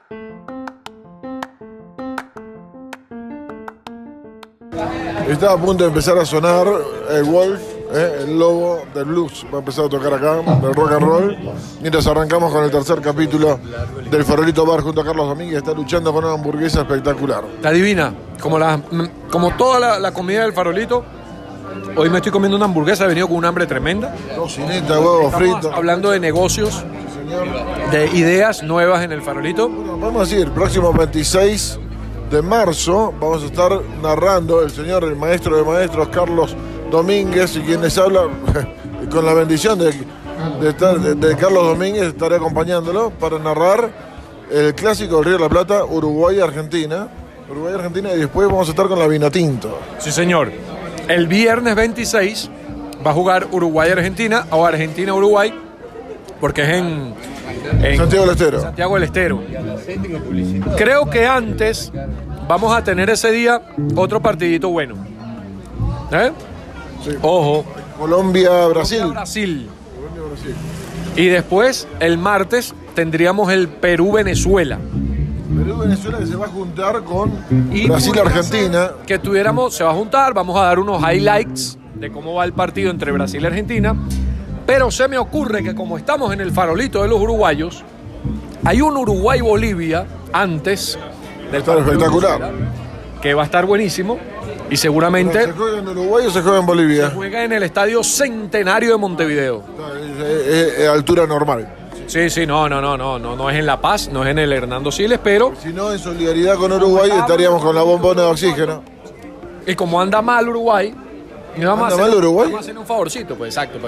Está a punto de empezar a sonar el Wolf, el lobo del blues. Va a empezar a tocar acá, del rock and roll. Mientras arrancamos con el tercer capítulo del Farolito Bar junto a Carlos Domínguez. Está luchando con una hamburguesa espectacular. Está divina, como toda la comida del Farolito. Hoy me estoy comiendo una hamburguesa, he venido con un hambre tremenda. Tocineta, huevo frito. Hablando de negocios, de ideas nuevas en el Farolito. Bueno, vamos a decir, el próximo 26 de marzo vamos a estar narrando el maestro de maestros, Carlos Domínguez, y quien les habla, con la bendición de Carlos Domínguez, estaré acompañándolo para narrar el clásico del Río de la Plata, Uruguay-Argentina. Uruguay-Argentina, y después vamos a estar con la Vinatinto. Sí, señor. El viernes 26 va a jugar Uruguay-Argentina o Argentina-Uruguay, porque es en Santiago del Estero. Santiago del Estero. Creo que antes vamos a tener ese día otro partidito bueno. Sí. Ojo. Colombia-Brasil. Colombia-Brasil. Y después, el martes, tendríamos el Perú-Venezuela. Perú-Venezuela, que se va a juntar con Brasil-Argentina. Que se va a juntar, vamos a dar unos highlights de cómo va el partido entre Brasil y Argentina. Pero se me ocurre que como estamos en el Farolito de los uruguayos, hay un Uruguay-Bolivia antes del partido espectacular, que va a estar buenísimo y seguramente ¿se juega en Uruguay o se juega en Bolivia? Se juega en el Estadio Centenario de Montevideo. Es altura normal. Sí, no es en La Paz, no es en el Hernando Siles, pero si no, en solidaridad con Uruguay estaríamos con la bombona de oxígeno. Y como anda mal Uruguay, vamos a hacer un favorcito, pues exacto,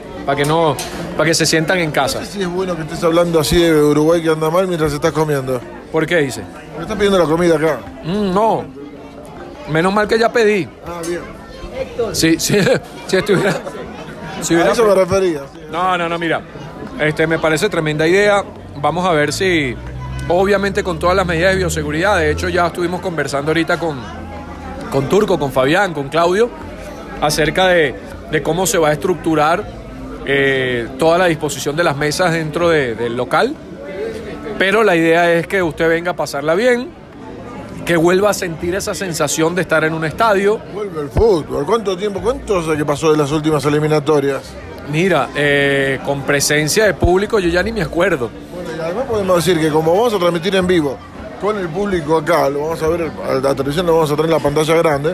para que se sientan en casa. No sé si es bueno que estés hablando así de Uruguay que anda mal mientras estás comiendo. ¿Por qué dice? Me estás pidiendo la comida acá. No, menos mal que ya pedí. Ah, bien. Sí, estuviera. A eso me refería. No, mira. Me parece tremenda idea. Vamos a ver si, obviamente con todas las medidas de bioseguridad, de hecho ya estuvimos conversando ahorita con Turco, con Fabián, con Claudio, acerca de cómo se va a estructurar toda la disposición de las mesas dentro del local. Pero la idea es que usted venga a pasarla bien, que vuelva a sentir esa sensación de estar en un estadio. Vuelve el fútbol. ¿Cuánto hace que pasó de las últimas eliminatorias? Mira, con presencia de público yo ya ni me acuerdo. Bueno, y además podemos decir que como vamos a transmitir en vivo con el público acá, lo vamos a ver, la televisión lo vamos a tener en la pantalla grande,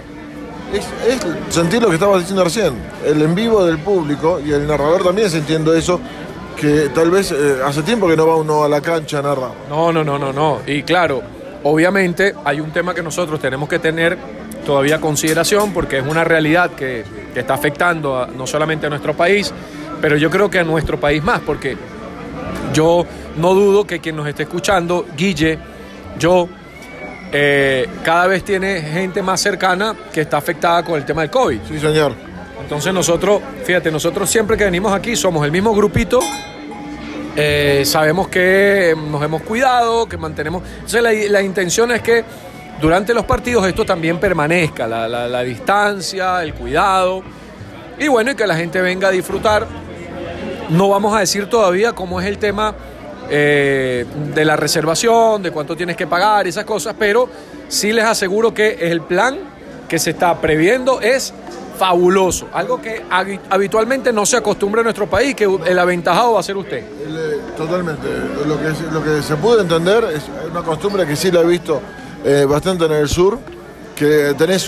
es sentir lo que estabas diciendo recién, el en vivo del público, y el narrador también sintiendo eso, que tal vez hace tiempo que no va uno a la cancha a narrar. No. Y claro, obviamente hay un tema que nosotros tenemos que tener todavía consideración, porque es una realidad que está afectando no solamente a nuestro país, pero yo creo que a nuestro país más, porque yo no dudo que quien nos esté escuchando, Guille, yo, cada vez tiene gente más cercana que está afectada con el tema del COVID. Sí, señor. Entonces nosotros siempre que venimos aquí somos el mismo grupito, sabemos que nos hemos cuidado, que mantenemos... Entonces la intención es que durante los partidos esto también permanezca, la distancia, el cuidado, y bueno, y que la gente venga a disfrutar. No vamos a decir todavía cómo es el tema de la reservación, de cuánto tienes que pagar, esas cosas, pero sí les aseguro que el plan que se está previendo es fabuloso, algo que habitualmente no se acostumbra en nuestro país, que el aventajado va a ser usted. Totalmente, lo que se puede entender es una costumbre que sí la he visto bastante en el sur, que tenés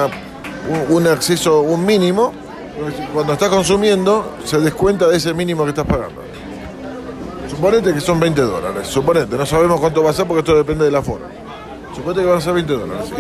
un acceso, un mínimo, cuando estás consumiendo se descuenta de ese mínimo que estás pagando. Suponete que son $20, suponete, no sabemos cuánto va a ser porque esto depende del aforo. Suponete que van a ser $20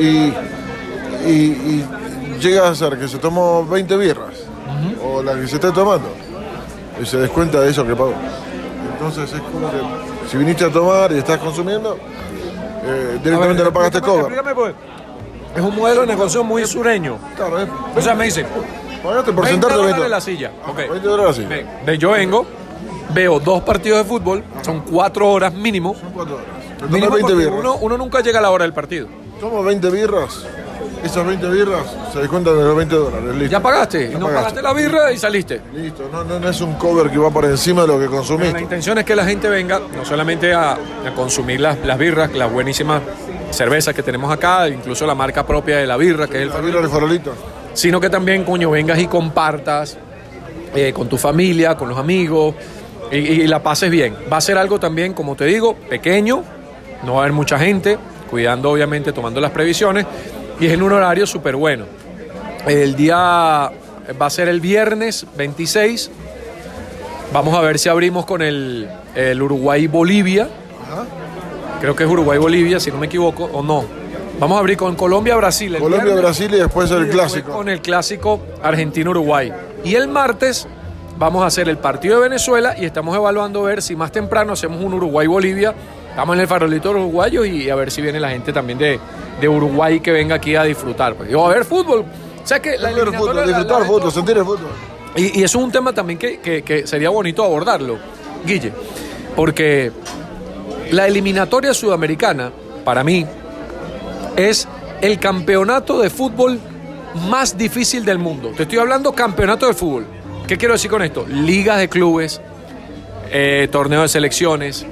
y llega a ser que se tomó 20 birras, o la que se esté tomando, y se descuenta de eso que pagó. Entonces es como que si viniste a tomar y estás consumiendo, directamente no pagaste cover. Explícame, pues. Es un modelo de negocio muy sureño. Claro, o sea, me dice, pagaste por sentarte $20 la silla. Okay. $20 la silla. Yo vengo, veo 2 partidos de fútbol, son 4 horas mínimo. Son 4 horas. Mínimo 20 birras. Uno nunca llega a la hora del partido. Tomo 20 birras. esas 20 birras se descuentan de los $20. Listo. ¿Ya pagaste? Ya No pagaste. pagaste la birra y saliste. Listo, no es un cover que va por encima de lo que La consumiste. intención es que la gente venga no solamente a consumir las birras, las buenísimas cervezas que tenemos acá, incluso la marca propia de la birra, que es el La birra del farolito. sino que también, coño, vengas y compartas con tu familia, con los amigos y la pases bien. Va a ser algo también, como te digo, pequeño, no va a haber mucha gente, cuidando obviamente, tomando las previsiones, y es en un horario súper bueno. El día va a ser el viernes 26, vamos a ver si abrimos con el Uruguay-Bolivia, Ajá. creo que es Uruguay-Bolivia, si no me equivoco, o no. Vamos a abrir con Colombia-Brasil. Colombia-Brasil y después el después clásico. con el clásico Argentina-Uruguay. Y el martes vamos a hacer el partido de Venezuela y estamos evaluando ver si más temprano hacemos un Uruguay-Bolivia. Estamos en el farolito uruguayo y a ver si viene la gente también de Uruguay que venga aquí a disfrutar. Pues. Digo, a ver fútbol. O sea que la Ver eliminatoria... fútbol, disfrutar fútbol, sentir el fútbol. Y eso es un tema también que sería bonito abordarlo, Guille. Porque la eliminatoria sudamericana, para mí, es el campeonato de fútbol más difícil del mundo. Te estoy hablando campeonato de fútbol. ¿Qué quiero decir con esto? Ligas de clubes, torneos de selecciones.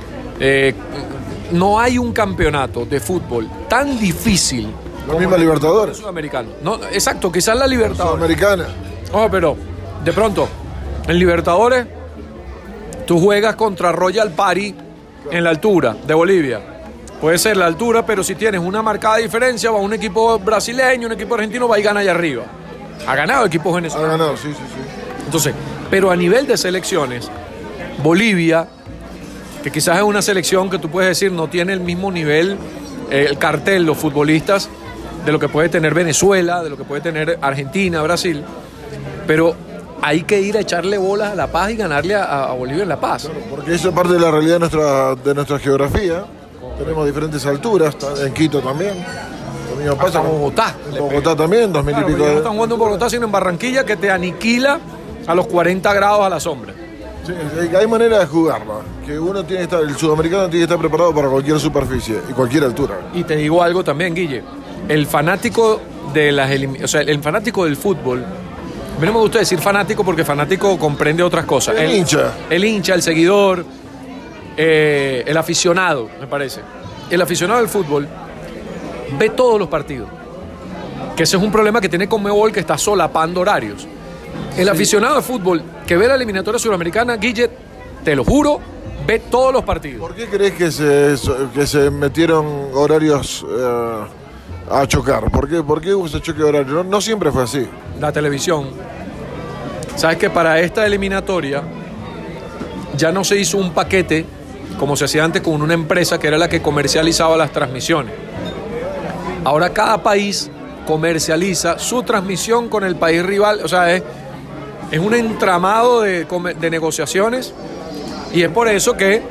No hay un campeonato de fútbol tan difícil La misma Libertadores. sudamericano. No, exacto, quizás la Libertadores. Sudamericana. Ojo, pero de pronto, en Libertadores, tú juegas contra Royal Party en la altura de Bolivia. Puede ser la altura, pero si tienes una marcada diferencia, va un equipo brasileño, un equipo argentino, va y gana allá arriba. Ha ganado equipos Ha venezolanos. ganado, sí, sí, sí. Entonces, pero a nivel de selecciones, Bolivia, que quizás es una selección que tú puedes decir no tiene el mismo nivel, el cartel, los futbolistas, de lo que puede tener Venezuela, de lo que puede tener Argentina, Brasil, pero hay que ir a echarle bolas a La Paz y ganarle a Bolivia en La Paz. Porque eso es parte de la realidad de nuestra geografía. Tenemos diferentes alturas, en Quito también. Lo mismo pasa Hasta Bogotá. En Bogotá también, 2000 Claro, y pico pero ya no de... están jugando en Bogotá, sino en Barranquilla, que te aniquila a los 40 grados a la sombra. Sí, hay manera de jugarla. Que uno tiene que estar, el sudamericano tiene que estar preparado para cualquier superficie y cualquier altura. Y te digo algo también, Guille. El fanático de el fanático del fútbol, a mí no me gusta decir fanático porque fanático comprende otras cosas. El hincha. El hincha, el seguidor, el aficionado, me parece. El aficionado del fútbol ve todos los partidos. Que ese es un problema que tiene Conmebol, que está solapando horarios. El aficionado de fútbol que ve la eliminatoria sudamericana, Guille, te lo juro, ve todos los partidos. ¿Por qué crees que se metieron horarios a chocar? ¿Por qué hubo ese choque de horario? No siempre fue así. La televisión. Sabes que para esta eliminatoria ya no se hizo un paquete como se hacía antes con una empresa que era la que comercializaba las transmisiones. Ahora cada país comercializa su transmisión con el país rival. O sea, es un entramado de negociaciones y es por eso que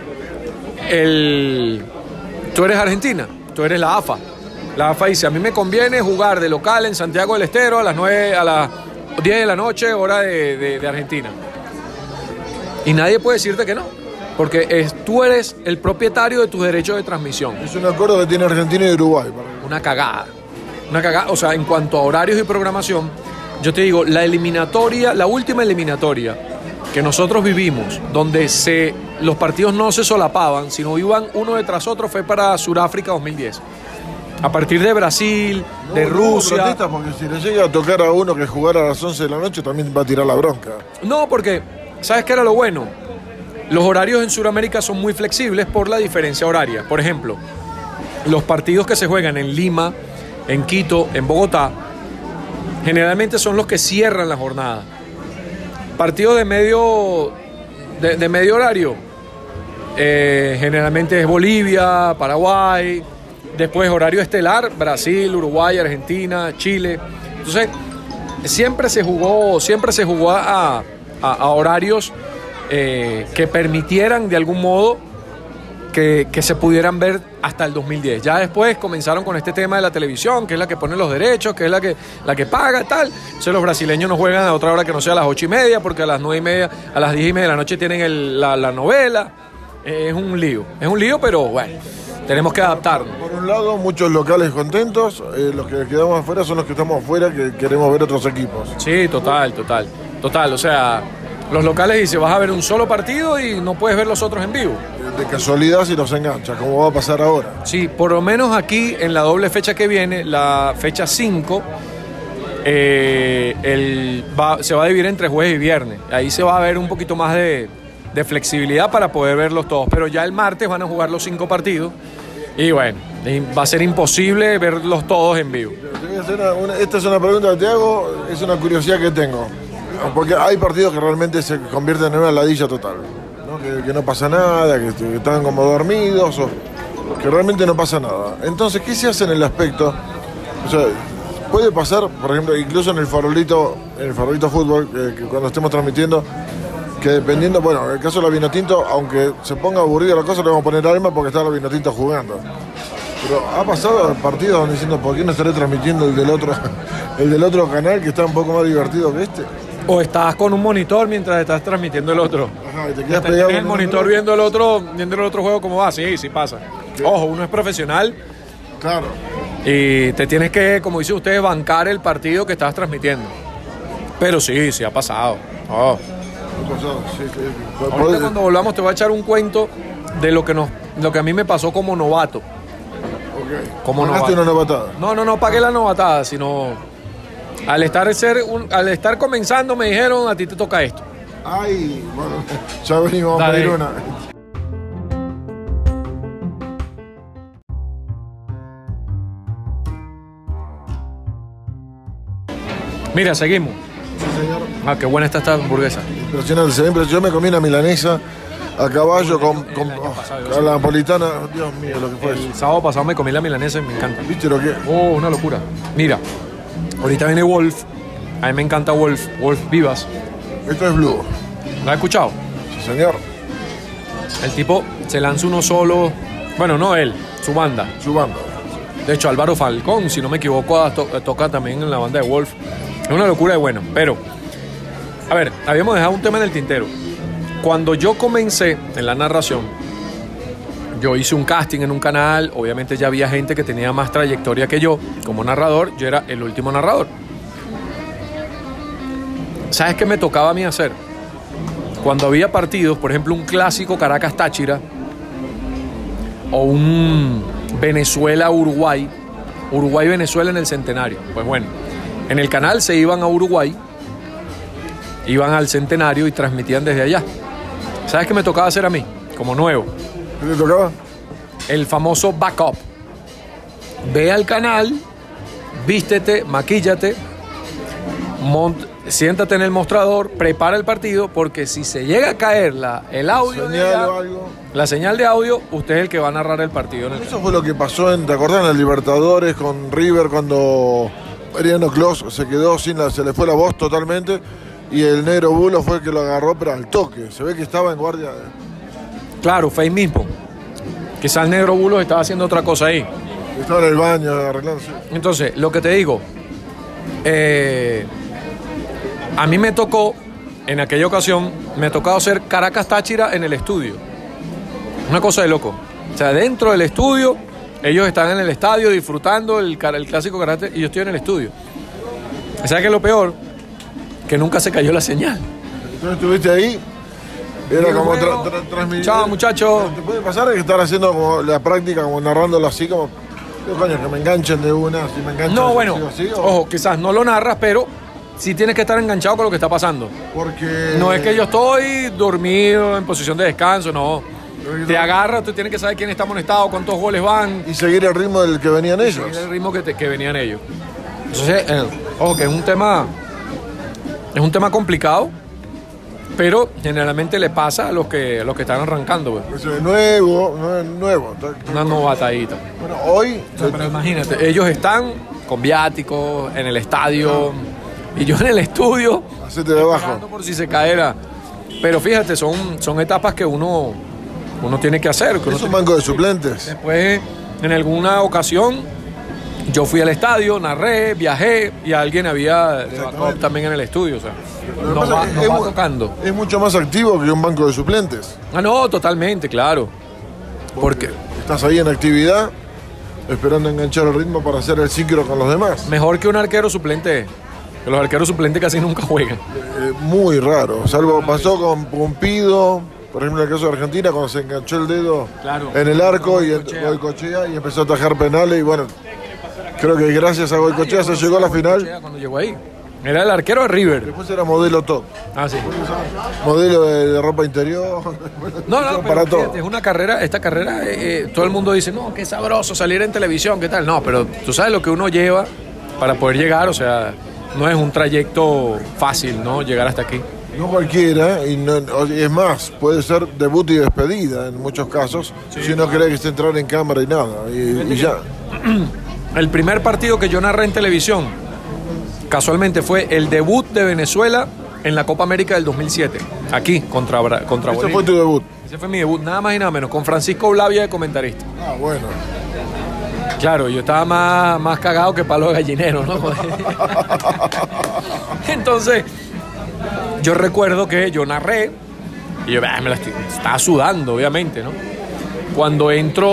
tú eres Argentina, tú eres la AFA. La AFA dice, a mí me conviene jugar de local en Santiago del Estero a las 10 de la noche, hora de Argentina. Y nadie puede decirte que no, porque tú eres el propietario de tus derechos de transmisión. Es un acuerdo que tiene Argentina y Uruguay. Una cagada. O sea, en cuanto a horarios y programación, yo te digo, la última eliminatoria que nosotros vivimos, donde los partidos no se solapaban, sino iban uno detrás otro, fue para Sudáfrica 2010. A partir de Brasil, de Rusia. Protestas porque si le llega a tocar a uno que jugara a las 11 de la noche, también va a tirar la bronca. No, porque, ¿sabes qué era lo bueno? Los horarios en Sudamérica son muy flexibles por la diferencia horaria. Por ejemplo, los partidos que se juegan en Lima, en Quito, en Bogotá, generalmente son los que cierran la jornada. Partidos de medio horario, generalmente es Bolivia, Paraguay. Después horario estelar, Brasil, Uruguay, Argentina, Chile. Entonces, siempre se jugó a horarios que permitieran de algún modo que se pudieran ver hasta el 2010. Ya después comenzaron con este tema de la televisión, que es la que pone los derechos, que es la que paga, tal. Entonces los brasileños no juegan a otra hora que no sea a las 8:30, porque a las 9:30, a las 10:30 de la noche tienen la novela. Es un lío, pero bueno. tenemos que adaptarnos. Por un lado, muchos locales contentos, los que quedamos afuera son los que estamos afuera, que queremos ver otros equipos. Sí, total. O sea, los locales dicen, vas a ver un solo partido y no puedes ver los otros en vivo. De casualidad si los engancha, como va a pasar ahora. Sí, por lo menos aquí en la doble fecha que viene, la fecha 5, se va a dividir entre jueves y viernes. Ahí se va a ver un poquito más de flexibilidad para poder verlos todos. Pero ya el martes van a jugar los 5 partidos y bueno, va a ser imposible verlos todos en vivo. Te voy a hacer esta es una pregunta que te hago, es una curiosidad que tengo. Porque hay partidos que realmente se convierten en una ladilla total, ¿no? Que no pasa nada, que están como dormidos, o que realmente no pasa nada. Entonces, ¿qué se hace en el aspecto? O sea, puede pasar, por ejemplo, incluso en el farolito fútbol, que cuando estemos transmitiendo, que dependiendo, bueno, en el caso de la Vinotinto, aunque se ponga aburrida la cosa, le vamos a poner alma porque está la Vinotinto jugando. Pero ha pasado partidos donde diciendo, ¿por qué no estaré transmitiendo el del otro canal que está un poco más divertido que este? O estás con un monitor mientras estás transmitiendo el otro. Ajá, y te quedas pegado en el monitor viendo el otro juego cómo va. Sí pasa. ¿Qué? Ojo, uno es profesional. Claro. Y te tienes que, como dicen ustedes, bancar el partido que estás transmitiendo. Pero sí ha pasado. Oh. Ha pasado, sí. Ahorita cuando volvamos te voy a echar un cuento de lo que a mí me pasó como novato. Ok. Como ¿Pagaste una novatada? No pagué la novatada, sino al estar comenzando me dijeron, a ti te toca esto. Ay, bueno, ya venimos a pedir una. Mira, seguimos. Sí, señor. Ah, qué buena está esta hamburguesa. Impresionante, se ve impresionante. Yo me comí una milanesa a caballo con la napolitana. Dios mío, lo que fue eso. El sábado pasado me comí la milanesa y me encanta. ¿Viste lo que? Oh, una locura. Mira, ahorita viene Wolf. A mí me encanta Wolf Vivas. Esto es Blue. ¿Lo has escuchado? Sí, señor. El tipo se lanza uno solo. Bueno, no él, su banda. Su banda. De hecho, Álvaro Falcón, si no me equivoco, toca también en la banda de Wolf. Es una locura de bueno. Pero, a ver, habíamos dejado un tema en el tintero. Cuando yo comencé en la narración, yo hice un casting en un canal. Obviamente ya había gente que tenía más trayectoria que yo. Como narrador, yo era el último narrador. ¿Sabes qué me tocaba a mí hacer? Cuando había partidos, por ejemplo, un clásico Caracas-Táchira o un Venezuela-Uruguay, Uruguay-Venezuela en el Centenario. Pues bueno, en el canal se iban a Uruguay, iban al Centenario y transmitían desde allá. ¿Sabes qué me tocaba hacer a mí? Como nuevo. ¿Qué te tocaba? El famoso backup. Ve al canal, vístete, maquíllate, siéntate en el mostrador, prepara el partido, porque si se llega a caer el audio, la señal de audio, usted es el que va a narrar el partido. Eso fue lo que pasó ¿te acordás en el Libertadores con River cuando Mariano Clos se quedó se le fue la voz totalmente y el Negro Bulo fue el que lo agarró, pero al toque. Se ve que estaba en guardia. Claro, fue ahí mismo. Quizás el Negro Bulo estaba haciendo otra cosa ahí. Estaba en el baño arreglándose. Entonces, lo que te digo, a mí me tocó, en aquella ocasión, me ha tocado hacer Caracas-Táchira en el estudio. Una cosa de loco. O sea, dentro del estudio, ellos están en el estadio disfrutando el clásico karate y yo estoy en el estudio. ¿Sabes qué es lo peor? Que nunca se cayó la señal. Entonces estuviste ahí, era como transmitir. Chao, muchachos. ¿Te puede pasar que estar haciendo como la práctica, como narrándolo así, como, coño, que me enganchen de una, si me enganchan? No, bueno, así, ojo, quizás no lo narras, pero sí tienes que estar enganchado con lo que está pasando. Porque no es que yo estoy dormido en posición de descanso, no. Te agarras, tú tienes que saber quién está amonestado, cuántos goles van. Y seguir el ritmo del que venían ellos. Seguir el ritmo que venían ellos. Entonces, ojo, que es un tema complicado, pero generalmente le pasa a los que están arrancando. Pues es nuevo. Una novatadita. Bueno, hoy... O sea, pero imagínate, ellos están con viáticos, en el estadio, y yo en el estudio. Hacete de abajo. Por si se caera. Pero fíjate, son etapas que uno tiene que hacer. Es un banco de suplentes. Después, en alguna ocasión, yo fui al estadio, narré, viajé y alguien había también en el estudio. O sea, nos va tocando. Es mucho más activo que un banco de suplentes. Ah, no, totalmente, claro. Porque estás ahí en actividad, esperando enganchar el ritmo para hacer el síncro con los demás. Mejor que un arquero suplente, que los arqueros suplentes casi nunca juegan. Muy raro, salvo pasó con Pumpido, por ejemplo en el caso de Argentina, cuando se enganchó el dedo en el arco y Goicoechea y empezó a atajar penales y bueno, creo que gracias a Goicoechea se llegó a la final. Cuando llegó ahí. Era el arquero de River. Después era modelo top. Ah, sí. Modelo de ropa interior. No, para pero todo. Fíjate, es una carrera, esta carrera, todo el mundo dice, no, qué sabroso salir en televisión, qué tal. No, pero tú sabes lo que uno lleva para poder llegar, o sea, no es un trayecto fácil, ¿no? Llegar hasta aquí. No cualquiera, y es más, puede ser debut y despedida en muchos casos, si no cree que esté entrar en cámara y nada, y ya. El primer partido que yo narré en televisión, casualmente fue el debut de Venezuela en la Copa América del 2007, aquí, contra Bolivia. ¿Ese fue tu debut? Ese fue mi debut, nada más y nada menos, con Francisco Blavia de comentarista. Ah, bueno. Claro, yo estaba más cagado que palo de gallinero, ¿no? Entonces, yo recuerdo que yo narré y yo estaba sudando, obviamente, ¿no? Cuando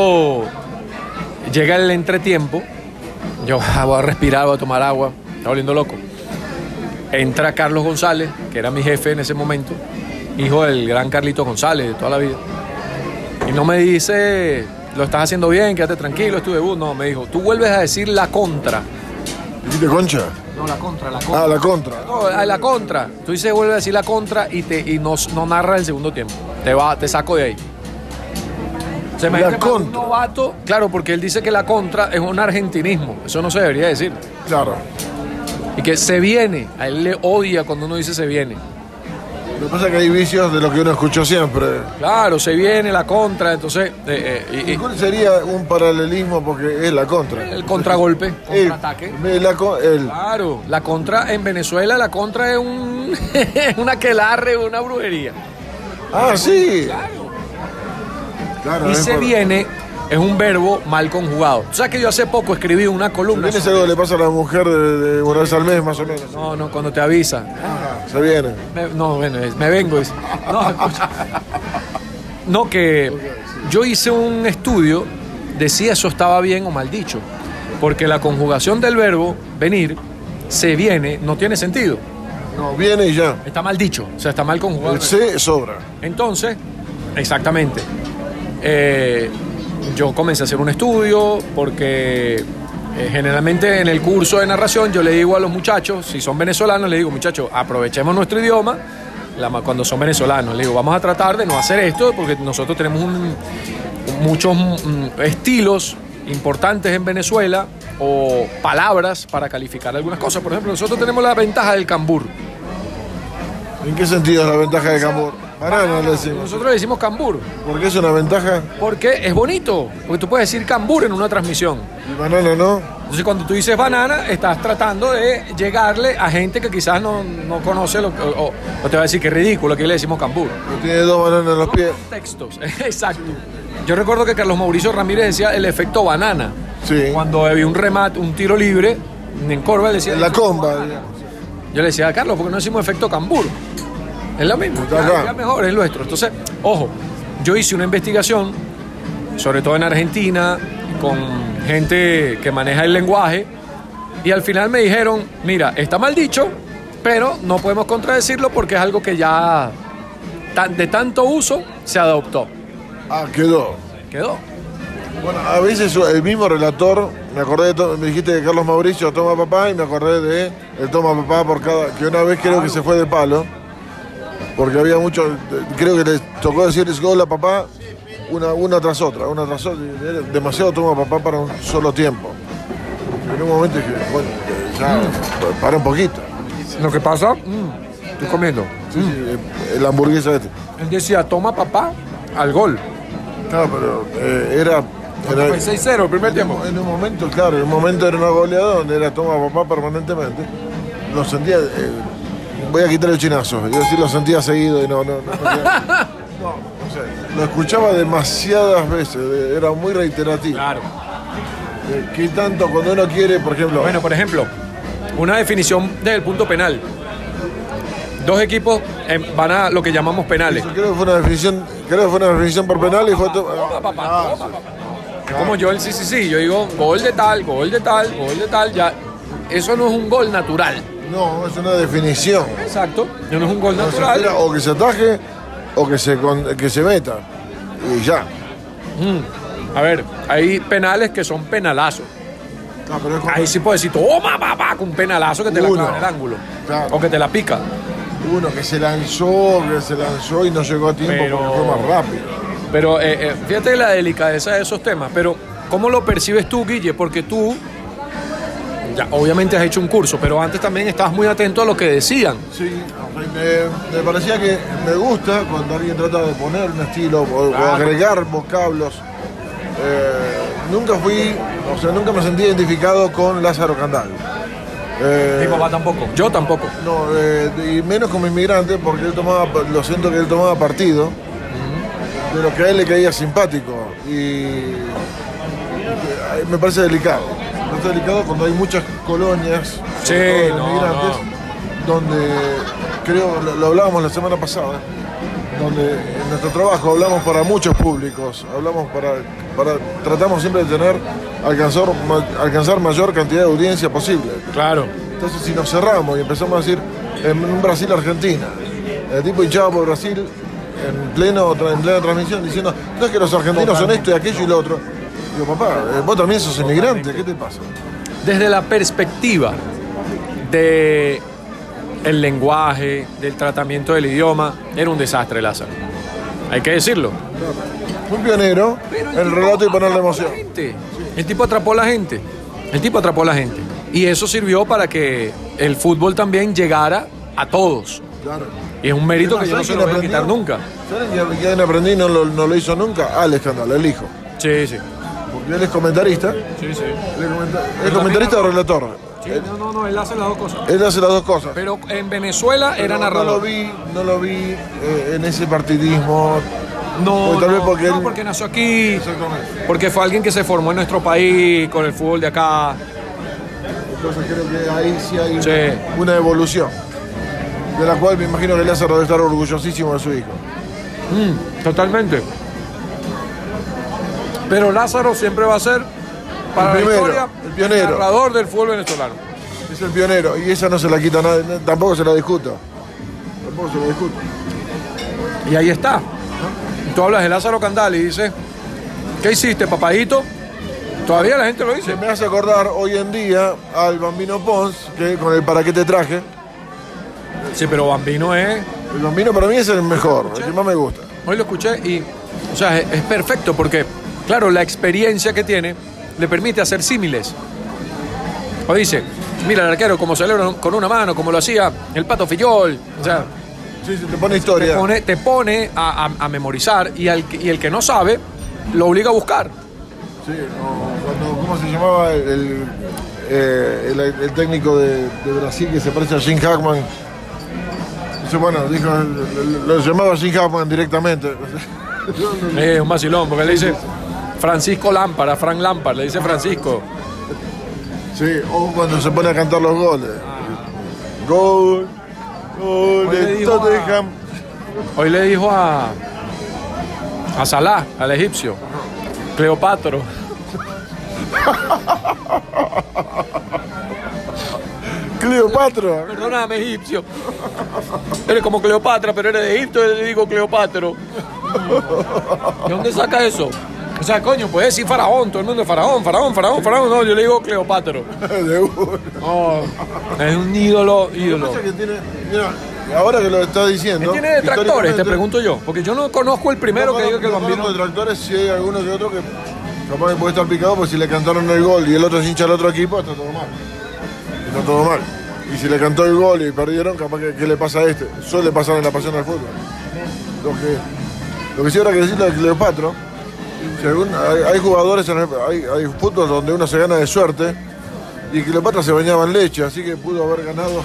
llega el entretiempo, yo voy a respirar, voy a tomar agua, estaba volviendo loco. Entra Carlos González, que era mi jefe en ese momento, hijo del gran Carlito González de toda la vida. Y no me dice, lo estás haciendo bien, quédate tranquilo, es tu debut. No, me dijo, tú vuelves a decir la contra. ¿Dijiste concha? No, la contra. Ah, la contra. No, la contra. Tú dices, vuelve a decir la contra y no narra el segundo tiempo. Te saco de ahí. Se me La contra. Un novato, claro, porque él dice que la contra es un argentinismo. Eso no se debería decir. Claro. Y que se viene. A él le odia cuando uno dice se viene. Lo que pasa es que hay vicios de lo que uno escuchó siempre. Claro, se viene la contra, entonces... ¿Y cuál sería un paralelismo? Porque es la contra. El contragolpe, contraataque. Claro, la contra en Venezuela, la contra es un aquelarre, una brujería. Ah, sí. Claro, y se viene es un verbo mal conjugado. ¿Tú sabes que yo hace poco escribí una columna? ¿Se viene algo que le pasa a la mujer de una vez al mes, más o menos? No, cuando te avisa. Se viene. Me vengo. No, escucha. No, que yo hice un estudio de si eso estaba bien o mal dicho. Porque la conjugación del verbo venir, se viene, no tiene sentido. No, viene y ya. Está mal dicho, o sea, está mal conjugado. El se sobra. Entonces, exactamente. Yo comencé a hacer un estudio porque generalmente en el curso de narración yo le digo a los muchachos, si son venezolanos, le digo, muchachos, aprovechemos nuestro idioma cuando son venezolanos. Le digo, vamos a tratar de no hacer esto porque nosotros tenemos muchos estilos importantes en Venezuela o palabras para calificar algunas cosas. Por ejemplo, nosotros tenemos la ventaja del cambur. ¿En qué sentido es la ventaja del cambur? Banana le decimos. Nosotros le decimos cambur. ¿Por qué es una ventaja? Porque es bonito. Porque tú puedes decir cambur en una transmisión. ¿Y banana no? Entonces cuando tú dices banana, estás tratando de llegarle a gente que quizás no conoce o te va a decir que es ridículo que le decimos cambur. Tiene dos bananas en los pies. Textos, exacto. Yo recuerdo que Carlos Mauricio Ramírez decía el efecto banana. Sí. Cuando había un remate, un tiro libre, en Corva, él decía... En la comba, digamos. Yo le decía a Carlos, ¿por qué no decimos efecto cambur? Es lo mismo, ya mejor, es nuestro. Entonces, ojo, yo hice una investigación, sobre todo en Argentina, con gente que maneja el lenguaje, y al final me dijeron, mira, está mal dicho, pero no podemos contradecirlo porque es algo que ya de tanto uso se adoptó. Ah, quedó. Bueno, a veces el mismo relator, me dijiste de Carlos Mauricio, toma papá, y me acordé de el toma papá que una vez creo que se fue de palo. Porque había mucho, creo que les tocó decir es gol a papá una tras otra, era demasiado toma papá para un solo tiempo. En un momento dije, bueno, ya para un poquito. Lo que pasa, estoy comiendo. Sí, la hamburguesa Él decía, toma papá al gol. Claro, pero era 6-0 el primer tiempo. En un momento, claro, en un momento era una goleada donde era toma papá permanentemente. Lo sentía... voy a quitar el chinazo. Yo sí lo sentía seguido y no sé, lo escuchaba demasiadas veces, era muy reiterativo. Claro. ¿Qué tanto cuando uno quiere, por ejemplo? Bueno, por ejemplo, una definición desde el punto penal. Dos equipos van a lo que llamamos penales. Eso creo que fue una definición por penal y fue toma, papá. Es como yo el sí. Yo digo gol de tal, gol de tal, gol de tal. Ya, eso no es un gol natural. No, es una definición. Exacto. No es un gol No se natural. espera o que se ataje o que se meta. Y ya. A ver, hay penales que son penalazos. No, pero es Ahí sí puedes decir, toma, papá, con un penalazo que te la clava en el ángulo. Claro. O que te la pica. uno que se lanzó y no llegó a tiempo porque fue más rápido. Pero fíjate la delicadeza de esos temas. Pero, ¿cómo lo percibes tú, Guille? Porque tú, ya, obviamente has hecho un curso, pero antes también estabas muy atento a lo que decían. Sí, me parecía que me gusta cuando alguien trata de poner un estilo o agregar vocablos. Nunca me sentí identificado con Lázaro Candal. Mi papá tampoco, yo tampoco. No, y menos como inmigrante, porque lo siento que él tomaba partido de lo que a él le caía simpático. Y me parece delicado. Me parece delicado cuando hay muchas colonias de inmigrantes, donde creo, lo hablábamos la semana pasada, donde en nuestro trabajo hablamos para muchos públicos, tratamos siempre de alcanzar mayor cantidad de audiencia posible. Claro. Entonces, si nos cerramos y empezamos a decir en un Brasil-Argentina, el tipo hinchado por Brasil en plena transmisión diciendo, no es que los argentinos son esto y aquello y lo otro. Digo, papá, vos también sos inmigrante, ¿qué te pasa? Desde la perspectiva de el lenguaje, del tratamiento del idioma, era un desastre Lázaro. Hay que decirlo. Un pionero, el relato y ponerle emoción. El tipo atrapó a la gente. Y eso sirvió para que el fútbol también llegara a todos. Claro. Y es un mérito que yo no se lo voy a quitar nunca. ¿Saben quién aprendí y no lo hizo nunca? Alex Candal, el hijo. Sí, sí. Porque él es comentarista. Sí, sí. ¿Es comentarista o relator? Sí, no, él hace las dos cosas. Él hace las dos cosas. Pero en Venezuela era narrador. No lo vi en ese partidismo. Porque nació aquí. Exactamente. Porque fue alguien que se formó en nuestro país con el fútbol de acá. Entonces creo que ahí sí hay una evolución, de la cual me imagino que Lázaro debe estar orgullosísimo de su hijo. Totalmente. Pero Lázaro siempre va a ser, para la historia, el narrador del fútbol venezolano. Es el pionero, y esa no se la quita nadie, tampoco se la discuto. Y ahí está. Tú hablas de Lázaro Candal y dices, ¿qué hiciste, papadito? Todavía la gente lo dice. Me hace acordar hoy en día al Bambino Pons, que con el ¿para qué te traje? Sí, pero Bambino es... El Bambino para mí es el mejor, el que más me gusta. Hoy lo escuché y, o sea, es perfecto porque, claro, la experiencia que tiene le permite hacer símiles. O dice, mira el arquero como celebra con una mano, como lo hacía el Pato Fillol. O sea, sí, te pone historia. Te pone a memorizar y el que no sabe, lo obliga a buscar. Sí, ¿cómo se llamaba el técnico de Brasil que se parece a Jim Hackman? Bueno, dijo, lo llamaba Jim Hackman directamente. Es un vacilón, porque le dice Francisco Lampard, a Frank Lampard, le dice Francisco. Sí, o cuando se pone a cantar los goles. Gol de Tottenham. Hoy le dijo a Salah, al egipcio, Cleopatro. Cleopatra. Perdóname, egipcio. Eres como Cleopatra, pero eres de Egipto, le digo Cleopatro. ¿De dónde saca eso? O sea, coño, puedes decir faraón, todo el mundo es faraón. No, yo le digo Cleopatro. No, es un ídolo. Mira, ahora que lo estás diciendo. ¿Tiene detractores? Te pregunto yo. Porque yo no conozco el primero que diga que el Bambino. No conozco detractores, si hay alguno que otro que capaz que puede estar picado, pues si le cantaron el gol y el otro se hincha al otro equipo, está todo mal. Y si le cantó el gol y perdieron, capaz que ¿qué le pasa a este? Suele pasar en la pasión del fútbol. Lo que sí habrá que decirle de Cleopatra, hay jugadores, hay fútbol donde uno se gana de suerte, y Cleopatra se bañaba en leche, así que pudo haber ganado.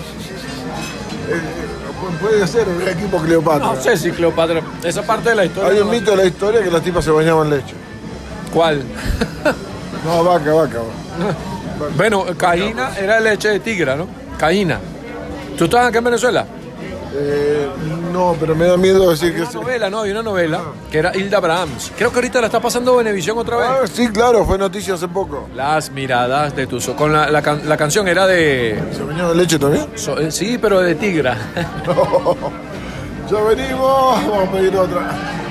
Puede ser el equipo Cleopatra. No sé si Cleopatra, esa parte de la historia. Hay un mito de la historia que las tipas se bañaban en leche. ¿Cuál? No, vaca. Bueno, Caína era leche de tigre, ¿no? Caína. ¿Tú estabas acá en Venezuela? No, pero me da miedo decir que Una novela, no, hay una novela que era Hilda Brahms. Creo que ahorita la está pasando Venevisión otra vez. Sí, claro, fue noticia hace poco. Las miradas de tus ojos. Con la canción era de... ¿Se venía de leche también? Sí, pero de Tigra. No. Ya venimos, vamos a pedir otra.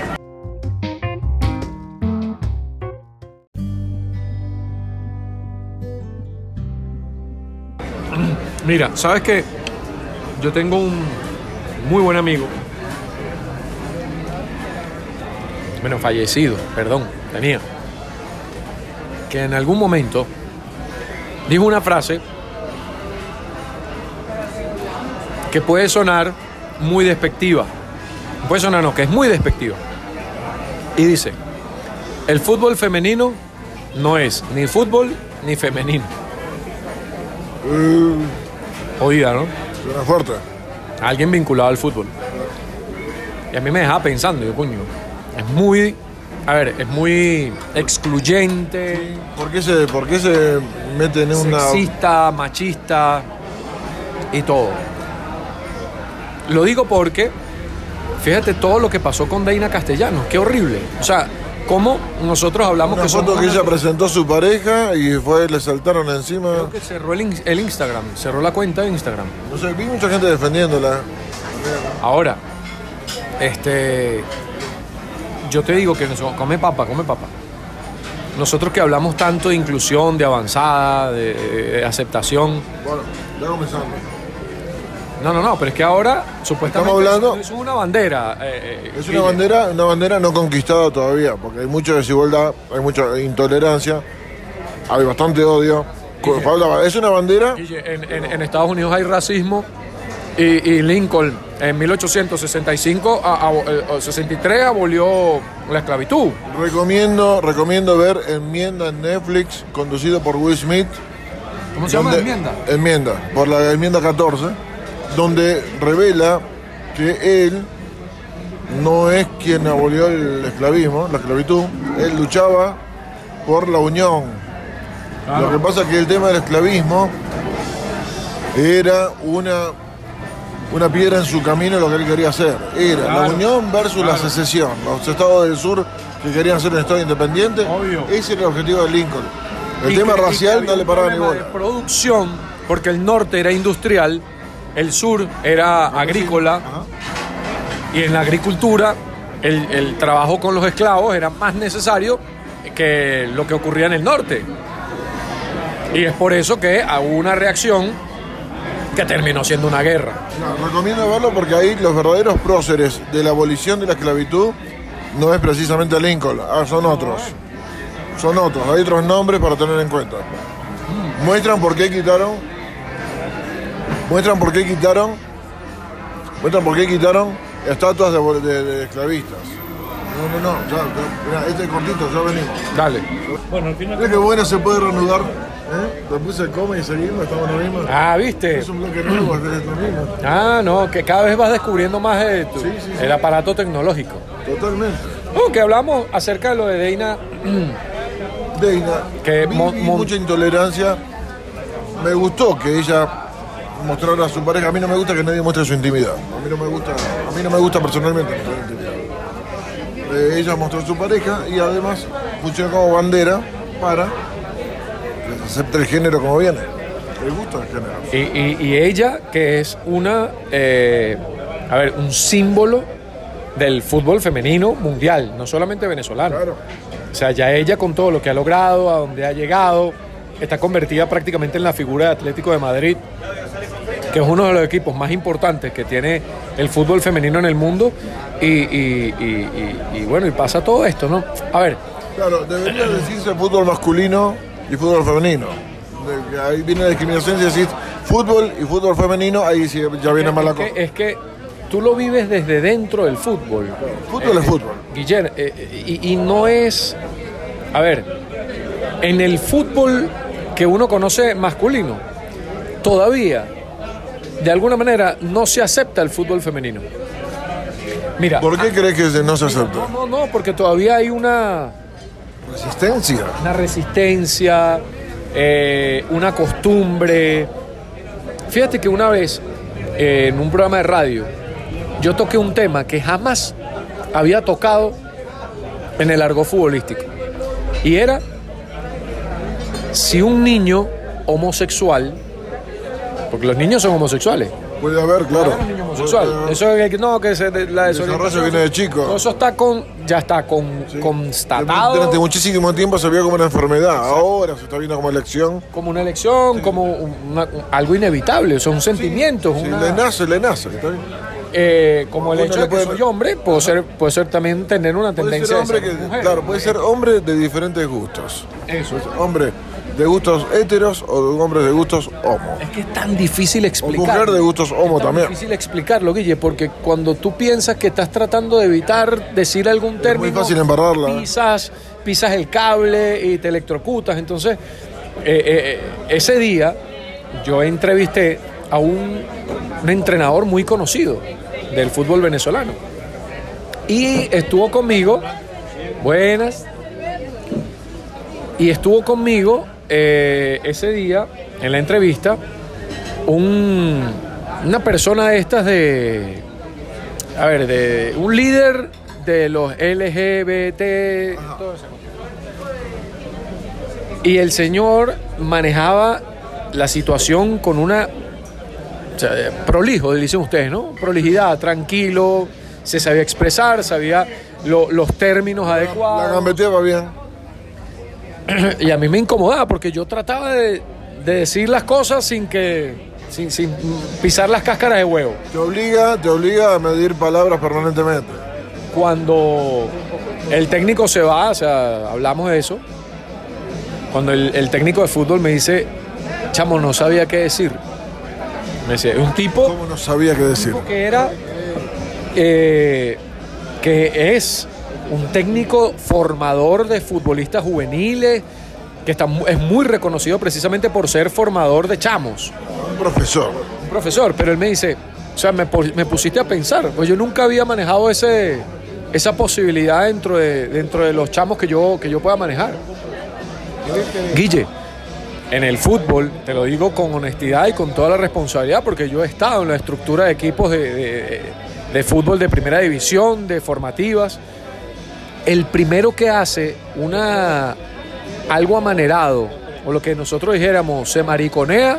Mira, ¿sabes qué? Yo tengo un muy buen amigo. Bueno, fallecido, perdón, tenía. Que en algún momento dijo una frase que puede sonar muy despectiva. Puede sonar, no, que es muy despectiva. Y dice, el fútbol femenino no es ni fútbol ni femenino. Jodida, ¿no? Suena fuerte. Alguien vinculado al fútbol. Y a mí me dejaba pensando, yo, coño, es muy excluyente. ¿Por qué se meten en una... Sexista, machista y todo. Lo digo porque, fíjate todo lo que pasó con Deina Castellanos, qué horrible. O sea, cómo nosotros hablamos Una que foto somos que una... ella presentó a su pareja y le saltaron encima. Creo que cerró el Instagram, cerró la cuenta de Instagram. No sé, vi mucha gente defendiéndola. Ahora, yo te digo que come papa. Nosotros que hablamos tanto de inclusión, de avanzada, de aceptación. Bueno, ya comenzando. No, pero es que ahora supuestamente Estamos hablando... es una bandera. Es una bandera no conquistada todavía, porque hay mucha desigualdad, hay mucha intolerancia, hay bastante odio. Es una bandera... En Estados Unidos hay racismo y Lincoln en 1865 63 abolió la esclavitud. Recomiendo ver Enmienda en Netflix, conducido por Will Smith. ¿Cómo se llama la enmienda? Enmienda, por la enmienda 14, donde revela que él no es quien abolió el esclavismo, la esclavitud. Él luchaba por la unión. Claro. Lo que pasa es que el tema del esclavismo era una piedra en su camino, lo que él quería hacer. Era la unión versus la secesión. Los estados del sur que querían ser un estado independiente. Obvio. Ese era el objetivo de Lincoln. El tema racial no le paraba ni bola. De producción, porque el norte era industrial, el sur era agrícola. Ajá. Y en la agricultura el trabajo con los esclavos era más necesario que lo que ocurría en el norte. Y es por eso que hubo una reacción que terminó siendo una guerra. No, recomiendo verlo porque ahí los verdaderos próceres de la abolición de la esclavitud no es precisamente Lincoln, son otros. Son otros, hay otros nombres para tener en cuenta. Muestran por qué quitaron estatuas de esclavistas. No, ya, mira, este cortito, ya venimos. Dale. Bueno, al final... ¿Ves que bueno se puede reanudar? Después se come y seguimos, estamos en la misma. Ah, ¿viste? Es un bloque nuevo, es de esto mismo. Ah, no, que cada vez vas descubriendo más de el aparato tecnológico. Totalmente. Que hablamos acerca de lo de Deina. Que vi mucha intolerancia. Me gustó que ella mostrara a su pareja. A mí no me gusta que nadie muestre su intimidad. A mí no me gusta personalmente mostrar intimidad. Ella mostró a su pareja y además funciona como bandera para que se acepte el género como viene. Le gusta el género. Y ella, que es un símbolo del fútbol femenino mundial, no solamente venezolano. Claro. O sea, ya ella con todo lo que ha logrado, a donde ha llegado, está convertida prácticamente en la figura de Atlético de Madrid, que es uno de los equipos más importantes que tiene el fútbol femenino en el mundo. Y bueno, y pasa todo esto, ¿no? A ver. Claro, debería decirse fútbol masculino y fútbol femenino. Ahí viene la discriminación si decís fútbol y fútbol femenino, ahí sí ya viene mala cosa. Es que tú lo vives desde dentro del fútbol. Fútbol es fútbol. Guillermo, y no es... A ver, en el fútbol que uno conoce masculino, todavía, de alguna manera, no se acepta el fútbol femenino. Mira, ¿por qué crees que no se acepta? No, porque todavía hay una... ¿Resistencia? Una resistencia, una costumbre. Fíjate que una vez, en un programa de radio, yo toqué un tema que jamás había tocado en el argot futbolístico. Y era si un niño homosexual, porque los niños son homosexuales. Puede haber, claro. Un niño homosexual. Eso es que no, que la El desarrollo viene de chico. Eso ya está constatado. Durante muchísimo tiempo se vio como una enfermedad. Ahora se está viendo como elección. Como una elección, como algo inevitable. Son sentimientos. Sí, le nace. ¿Está bien? Como el hecho de que soy hombre, puede ser también tener una tendencia puede ser hombre claro, puede ser hombre de diferentes gustos. Eso. Hombre de gustos heteros o de hombres de gustos homo. Es que es tan difícil explicarlo. O mujer de gustos homo también. Es difícil explicarlo, Guille, porque cuando tú piensas que estás tratando de evitar decir algún término, es muy fácil embarrarla. Pisas el cable y te electrocutas. Entonces, ese día yo entrevisté a un entrenador muy conocido del fútbol venezolano. Y estuvo conmigo, buenas, y estuvo conmigo ese día, en la entrevista, una persona de estas de un líder de los LGBT, todo eso. Y el señor manejaba la situación con una prolijo, dicen ustedes, ¿no? Prolijidad, tranquilo, se sabía expresar, sabía los términos adecuados. La gambeteaba bien. Y a mí me incomodaba porque yo trataba de decir las cosas sin pisar las cáscaras de huevo. Te obliga a medir palabras permanentemente. Cuando el técnico se va, o sea, hablamos de eso, cuando el técnico de fútbol me dice, chamo, no sabía qué decir. Me decía, es un tipo... ¿Cómo no sabía qué decir? Que era... que es un técnico formador de futbolistas juveniles, que es muy reconocido precisamente por ser formador de chamos. Un profesor. Un profesor, pero él me dice, o sea, me pusiste a pensar, pues yo nunca había manejado esa posibilidad dentro de los chamos que yo pueda manejar. Guille, en el fútbol, te lo digo con honestidad y con toda la responsabilidad, porque yo he estado en la estructura de equipos de fútbol de primera división, de formativas. El primero que hace algo amanerado, o lo que nosotros dijéramos, se mariconea,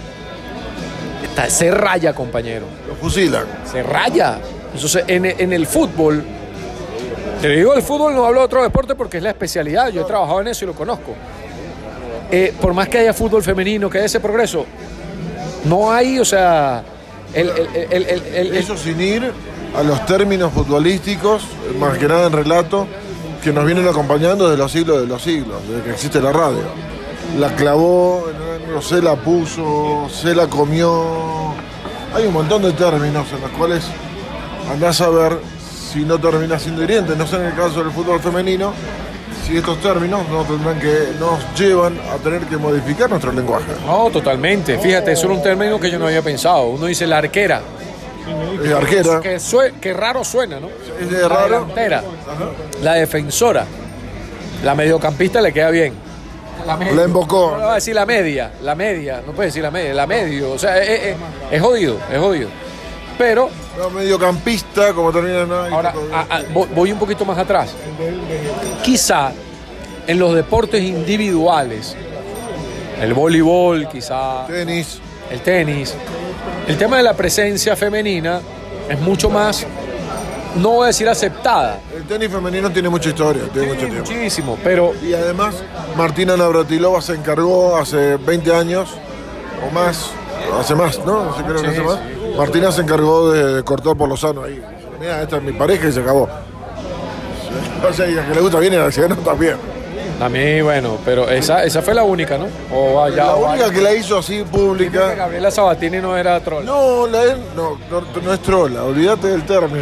se raya, compañero. Lo fusilan. Se raya. Entonces, en el fútbol, te digo, el fútbol, no hablo de otro deporte porque es la especialidad, yo he trabajado en eso y lo conozco. Por más que haya fútbol femenino, que haya ese progreso, no hay, o sea... Eso sin ir a los términos futbolísticos, más que nada en relato, que nos vienen acompañando desde los siglos de los siglos, desde que existe la radio. La clavó, no se la puso, se la comió. Hay un montón de términos en los cuales andás a ver si no termina siendo hiriente. No sé en el caso del fútbol femenino, si estos términos nos llevan a tener que modificar nuestro lenguaje. No, totalmente. Fíjate, eso era un término que yo no había pensado. Uno dice la arquera. Arquera. Que raro suena, ¿no? Es la raro. Delantera. Ajá. La defensora. La mediocampista le queda bien. La invocó. No va a decir la media. No puede decir la media. La medio. O sea, es jodido. Pero... No, mediocampista, como termina... Ahora, voy un poquito más atrás. Quizá en los deportes individuales, el voleibol, quizá... El tenis. El tema de la presencia femenina es mucho más, no voy a decir aceptada. El tenis femenino tiene mucha historia, tiene mucho tiempo. Muchísimo, pero... Y además, Martina Navratilova se encargó hace 20 años, o más, hace más, ¿no? No sé, creo que hace más. Martina se encargó de cortar por lo sano ahí. Mira, esta es mi pareja y se acabó. O sea, y a que le gusta bien y a la que no también. A mí, bueno, pero esa fue la única, ¿no? La única que la hizo así pública. Gabriela Sabatini no era troll. No es trola, olvídate del término.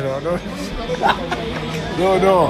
No,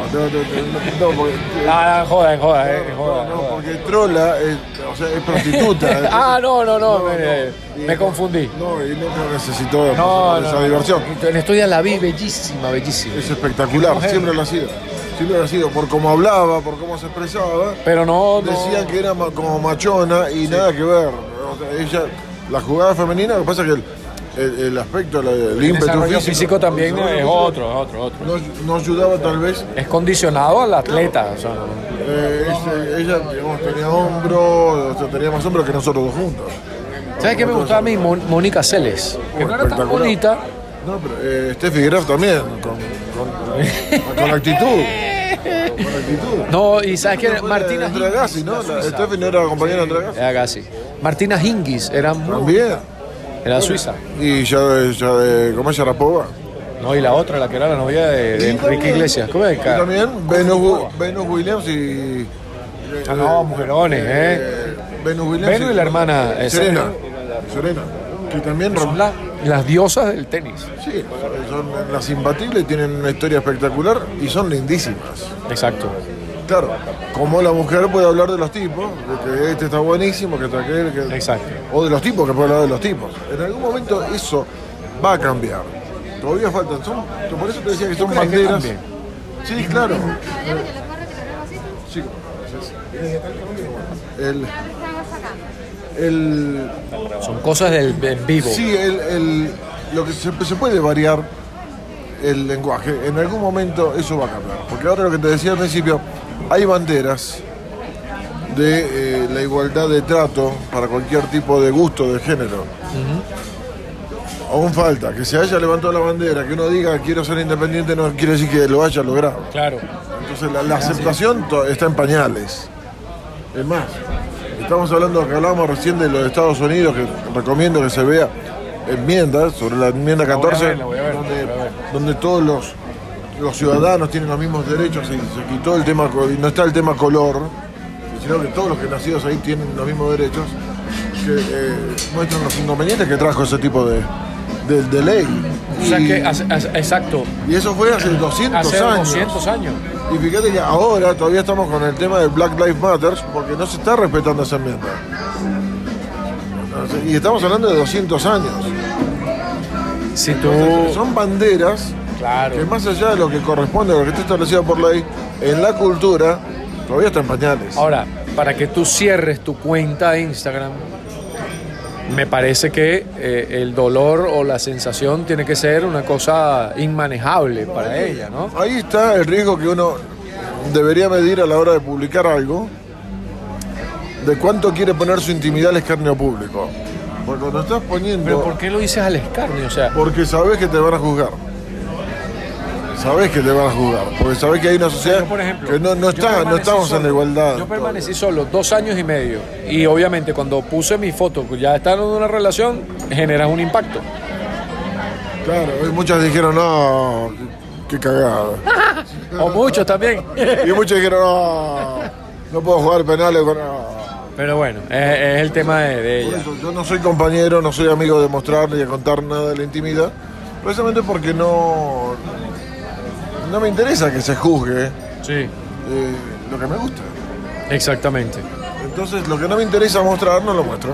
joda. No, porque trola es prostituta. No, me confundí. No, y no necesitó esa diversión. En estos días la vi bellísima. Es espectacular, siempre lo ha sido, por cómo hablaba, por cómo se expresaba. Pero no. Decían que era como machona y nada que ver. O sea, ella, la jugada femenina, lo que pasa es que el aspecto, el El ímpetu desarrollo físico, físico también el desarrollo es físico otro. no ayudaba tal vez. Es condicionado al atleta. O sea, Ella, digamos, tenía hombro, o sea, tenía más hombro que nosotros dos juntos. ¿Sabes qué me gustaba a mí? Mónica Seles, que no era tan Espectacular. bonita. No, pero Steffi Graf también, con actitud. Con actitud. No, y ¿sabes qué? Fue Martina Andrea Hingis, Gassi, ¿no? la suiza. Steffi no era compañera de Andrea Gassi. Era Gassi. Martina Hingis era También. era suiza. Y ya de ¿cómo es Sharapova? No, y la otra, la que era la novia de Enrique Iglesias. ¿Cómo es? Y también Venus Williams y... Ah, no, mujerones, Venus Williams Venus y la hermana Serena. Serena. Que también Son las diosas del tenis. Sí, son las imbatibles, tienen una historia espectacular y son lindísimas. Exacto. Claro, como la mujer puede hablar de los tipos, de que este está buenísimo, que está aquel, que... Exacto. O de los tipos, que puede hablar de los tipos. En algún momento eso va a cambiar. Todavía faltan, por eso te decía que son crees que banderas. cambie? Sí, claro. Sí, el, Son cosas del en vivo. sí, lo que se puede variar el lenguaje. En algún momento eso va a cambiar. Porque ahora lo que te decía al principio, hay banderas de la igualdad de trato para cualquier tipo de gusto de género. Aún falta que se haya levantado la bandera, que uno diga quiero ser independiente, no quiere decir que lo haya logrado. Claro. Entonces la aceptación está en pañales. Es más, estamos hablando, que hablábamos recién de los Estados Unidos, que recomiendo que se vea enmiendas, sobre la enmienda 14, voy a ver. donde todos los ciudadanos tienen los mismos derechos y se quitó el tema, y no está el tema color, sino que todos los que nacidos ahí tienen los mismos derechos, que muestran los inconvenientes que trajo ese tipo de ley. O sea que, exacto. Y eso fue hace 200 Hace años. 200 años. Y fíjate que ahora todavía estamos con el tema de Black Lives Matter porque no se está respetando esa enmienda. Y estamos hablando de 200 años. Si tú... Entonces, son banderas Claro. que más allá de lo que corresponde a lo que está establecido por ley, en la cultura todavía está en pañales. Ahora, para que tú cierres tu cuenta de Instagram, me parece que el dolor o la sensación tiene que ser una cosa inmanejable para ella, ¿no? Ahí está el riesgo que uno debería medir a la hora de publicar algo, de cuánto quiere poner su intimidad al escarnio público. Porque cuando estás poniendo... Pero ¿por qué lo dices al escarnio? O sea, Porque sabes que te van a juzgar. Sabes que te van a juzgar. Porque sabes que hay una sociedad yo, por ejemplo, que no yo permanecí estamos en la igualdad. Yo permanecí solo 2 años y medio. Y obviamente cuando puse mi foto, ya estando en una relación, generas un impacto. Claro, y muchas dijeron, no, qué cagada. O muchos también. Y muchos dijeron, no puedo jugar penales con... Pero bueno, es el tema de Por ella. eso, yo no soy compañero, no soy amigo de mostrar ni de contar nada de la intimidad, precisamente porque no me interesa que se juzgue Sí, lo que me gusta. exactamente. Entonces, lo que no me interesa mostrar, no lo muestro.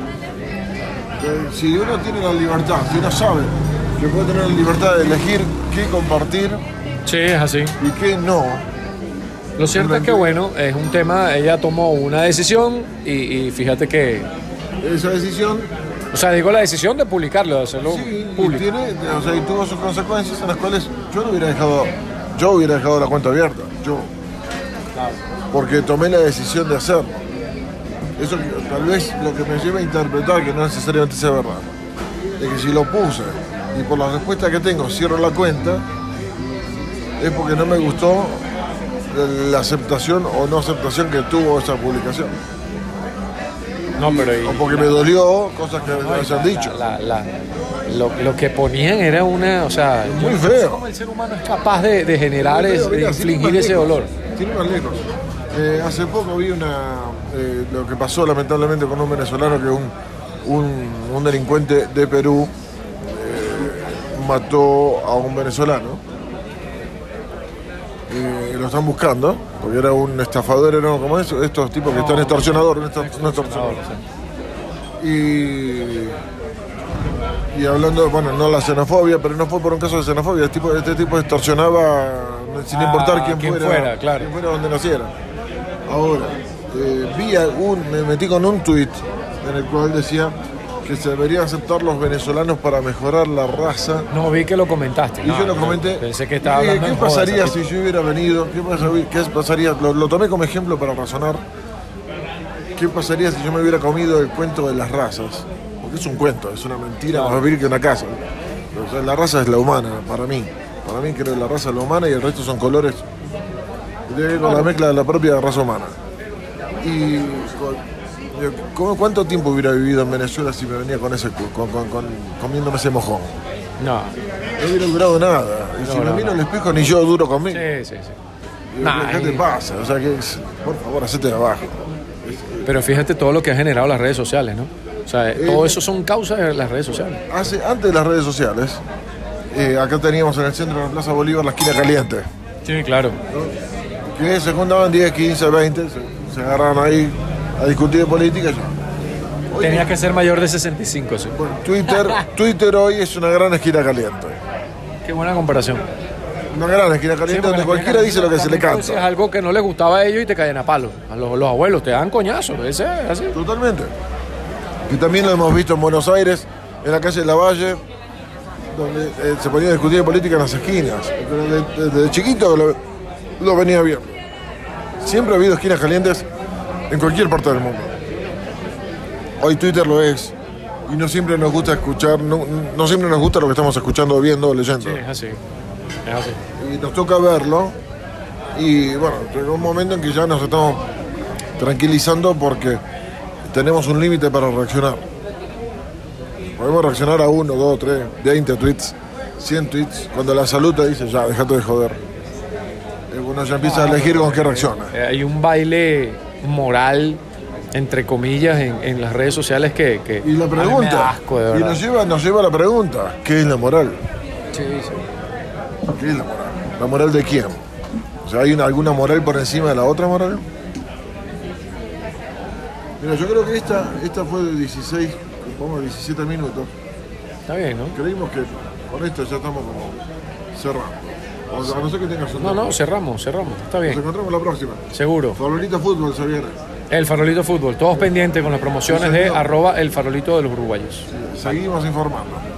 Si uno tiene la libertad, si uno sabe que puede tener la libertad de elegir qué compartir Sí, es así. y qué no, Lo cierto es que, bueno, es un tema, ella tomó una decisión y fíjate que, esa decisión o sea, digo la decisión de publicarlo, de hacerlo sí, y público. y tuvo sus consecuencias en las cuales yo hubiera dejado la cuenta abierta, porque tomé la decisión de hacerlo. Eso tal vez lo que me lleva a interpretar, que no necesariamente sea verdad, es que si lo puse y por la respuesta que tengo cierro la cuenta, es porque no me gustó la aceptación o no aceptación que tuvo esa publicación. No, pero O porque me dolió cosas que me hayan dicho. Lo que ponían era una, o sea, yo Muy no sé feo. cómo el ser humano es capaz de generar, Pero, de mira, infligir ese dolor. Tiene más lejos. Hace poco vi lo que pasó lamentablemente con un venezolano que un delincuente de Perú mató a un venezolano. Lo están buscando, porque era un estafador, ¿no? Como estos tipos que están extorsionadores, un extorsionador. Y hablando, bueno, no la xenofobia, pero no fue por un caso de xenofobia, este tipo extorsionaba sin importar quién fuera, claro. quién fuera donde naciera. Ahora, me metí con un tuit en el cual decía, que se deberían aceptar los venezolanos para mejorar la raza. No, vi que lo comentaste. Y yo lo comenté. Pensé que estaba Y dije, hablando ¿qué en joda, pasaría ese si yo hubiera venido? ¿Qué pasaría? Lo tomé como ejemplo para razonar. ¿Qué pasaría si yo me hubiera comido el cuento de las razas? Porque es un cuento, es una mentira más vivir que una casa. O sea, la raza es la humana, para mí. Para mí creo que la raza es la humana y el resto son colores. Y tiene que ver con la mezcla de la propia raza humana. Y ¿cuánto tiempo hubiera vivido en Venezuela si me venía con ese comiéndome ese mojón? No. No hubiera durado nada. Y si me miro al espejo ni yo duro conmigo. Sí. Y digo, ¿qué te pasa? O sea, por favor, hacete de abajo. Pero fíjate todo lo que ha generado las redes sociales, ¿no? O sea, todo eso son causas de las redes sociales. Antes de las redes sociales, acá teníamos en el centro de la Plaza Bolívar la esquina caliente. Sí, claro. ¿No? Que se juntaban 10, 15, 20, se agarraban ahí a discutir de política. Tenía que ser mayor de 65, sí. Bueno, Twitter hoy es una gran esquina caliente. Qué buena comparación. Una gran esquina caliente donde cualquiera dice lo que se le canta. Es algo que no les gustaba a ellos y te caen a palo. A los abuelos te dan coñazos. Ese es así. Totalmente. Y también lo hemos visto en Buenos Aires, en la calle Lavalle, donde se ponía a discutir de política en las esquinas. Pero desde chiquito lo venía viendo. Siempre ha habido esquinas calientes en cualquier parte del mundo. Hoy Twitter lo es. Y no siempre nos gusta escuchar, no siempre nos gusta lo que estamos escuchando, viendo o leyendo. Sí, es así. Y nos toca verlo. Y bueno, llegó un momento en que ya nos estamos tranquilizando porque tenemos un límite para reaccionar. Podemos reaccionar a 1, 2, 3, 20 tweets, 100 tweets. Cuando la salud te dice, ya, déjate de joder. Uno ya empieza a elegir con qué reacciona. Hay un baile moral, entre comillas, en las redes sociales que y la pregunta, a mí me da asco, de verdad. Y nos lleva a la pregunta, ¿qué es la moral? Sí. ¿Qué es la moral? ¿La moral de quién? O sea, ¿hay alguna moral por encima de la otra moral? Mira, yo creo que esta fue de 16, como 17 minutos. Está bien, ¿no? Creímos que con esto ya estamos como cerrando. O sea, a no ser que tengas un... No, cerramos. Está bien. Nos encontramos la próxima. Seguro. Farolito Fútbol se viene. El Farolito Fútbol. Todos pendientes con las promociones de @elfarolito de los uruguayos. Sí, seguimos informando.